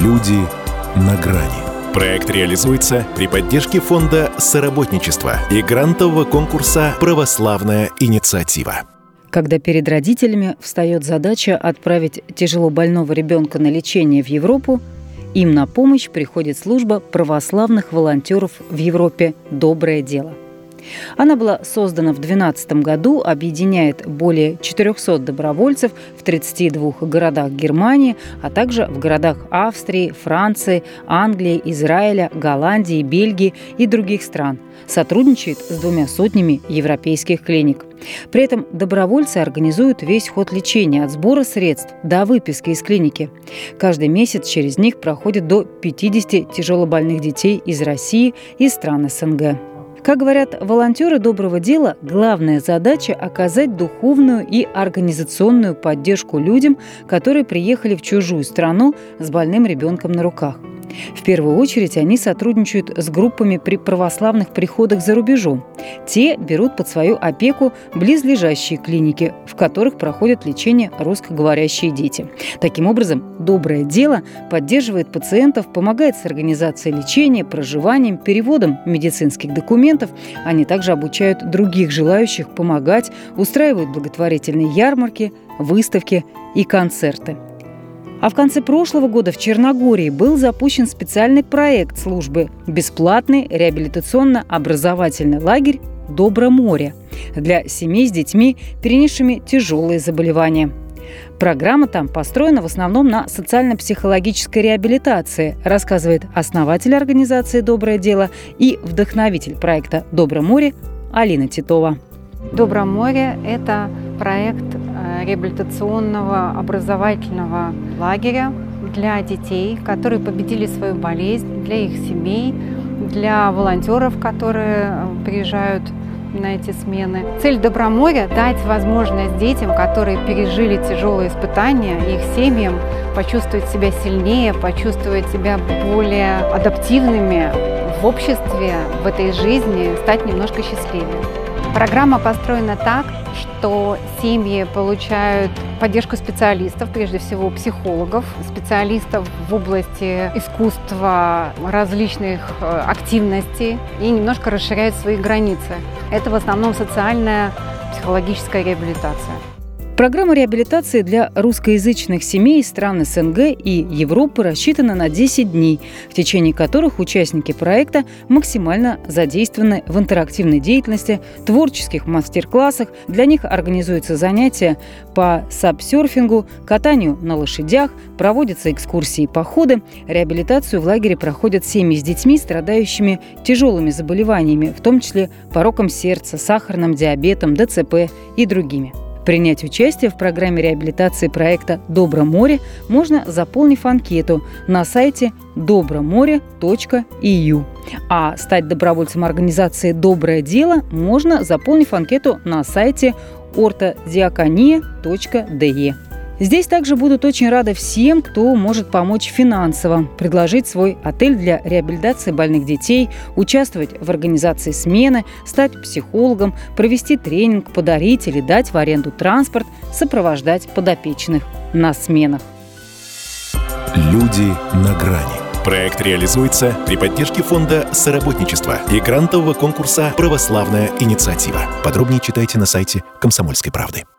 Люди на грани. Проект реализуется при поддержке фонда соработничества и грантового конкурса «Православная инициатива». Когда перед родителями встает задача отправить тяжело больного ребенка на лечение в Европу, им на помощь приходит служба православных волонтеров в Европе «Доброе дело». Она была создана в 2012 году, объединяет более 400 добровольцев в 32 городах Германии, а также в городах Австрии, Франции, Англии, Израиля, Голландии, Бельгии и других стран. Сотрудничает с 200 европейских клиник. При этом добровольцы организуют весь ход лечения от сбора средств до выписки из клиники. Каждый месяц через них проходит до 50 тяжелобольных детей из России и стран СНГ. Как говорят волонтеры доброго дела, главная задача – оказать духовную и организационную поддержку людям, которые приехали в чужую страну с больным ребенком на руках. В первую очередь они сотрудничают с группами при православных приходах за рубежом. Те берут под свою опеку близлежащие клиники, в которых проходят лечение русскоговорящие дети. Таким образом, доброе дело поддерживает пациентов, помогает с организацией лечения, проживанием, переводом медицинских документов. Они также обучают других желающих помогать, устраивают благотворительные ярмарки, выставки и концерты. А в конце прошлого года в Черногории был запущен специальный проект службы «Бесплатный реабилитационно-образовательный лагерь «Доброе море» для семей с детьми, перенесшими тяжелые заболевания. Программа там построена в основном на социально-психологической реабилитации, рассказывает основатель организации «Доброе дело» и вдохновитель проекта «Доброе море» Алина Титова. «Доброе море» – это проект реабилитационного образовательного лагеря для детей, которые победили свою болезнь, для их семей, для волонтеров, которые приезжают на эти смены. Цель «Доброе море» – дать возможность детям, которые пережили тяжелые испытания, их семьям почувствовать себя сильнее, почувствовать себя более адаптивными в обществе, в этой жизни, стать немножко счастливее. Программа построена так, что семьи получают поддержку специалистов, прежде всего психологов, специалистов в области искусства, различных активностей и немножко расширяют свои границы. Это в основном социальная психологическая реабилитация. Программа реабилитации для русскоязычных семей из стран СНГ и Европы рассчитана на 10 дней, в течение которых участники проекта максимально задействованы в интерактивной деятельности, творческих мастер-классах. Для них организуются занятия по сапсерфингу, катанию на лошадях, проводятся экскурсии и походы. Реабилитацию в лагере проходят семьи с детьми, страдающими тяжелыми заболеваниями, в том числе пороком сердца, сахарным диабетом, ДЦП и другими. Принять участие в программе реабилитации проекта «Доброе море» можно, заполнив анкету на сайте dobromoре.eu. А стать добровольцем организации «Доброе дело» можно, заполнив анкету на сайте ortodiakonia.de. Здесь также будут очень рады всем, кто может помочь финансово, предложить свой отель для реабилитации больных детей, участвовать в организации смены, стать психологом, провести тренинг, подарить или дать в аренду транспорт, сопровождать подопечных на сменах. Люди на грани. Проект реализуется при поддержке фонда соработничества и грантового конкурса «Православная инициатива». Подробнее читайте на сайте «Комсомольской правды».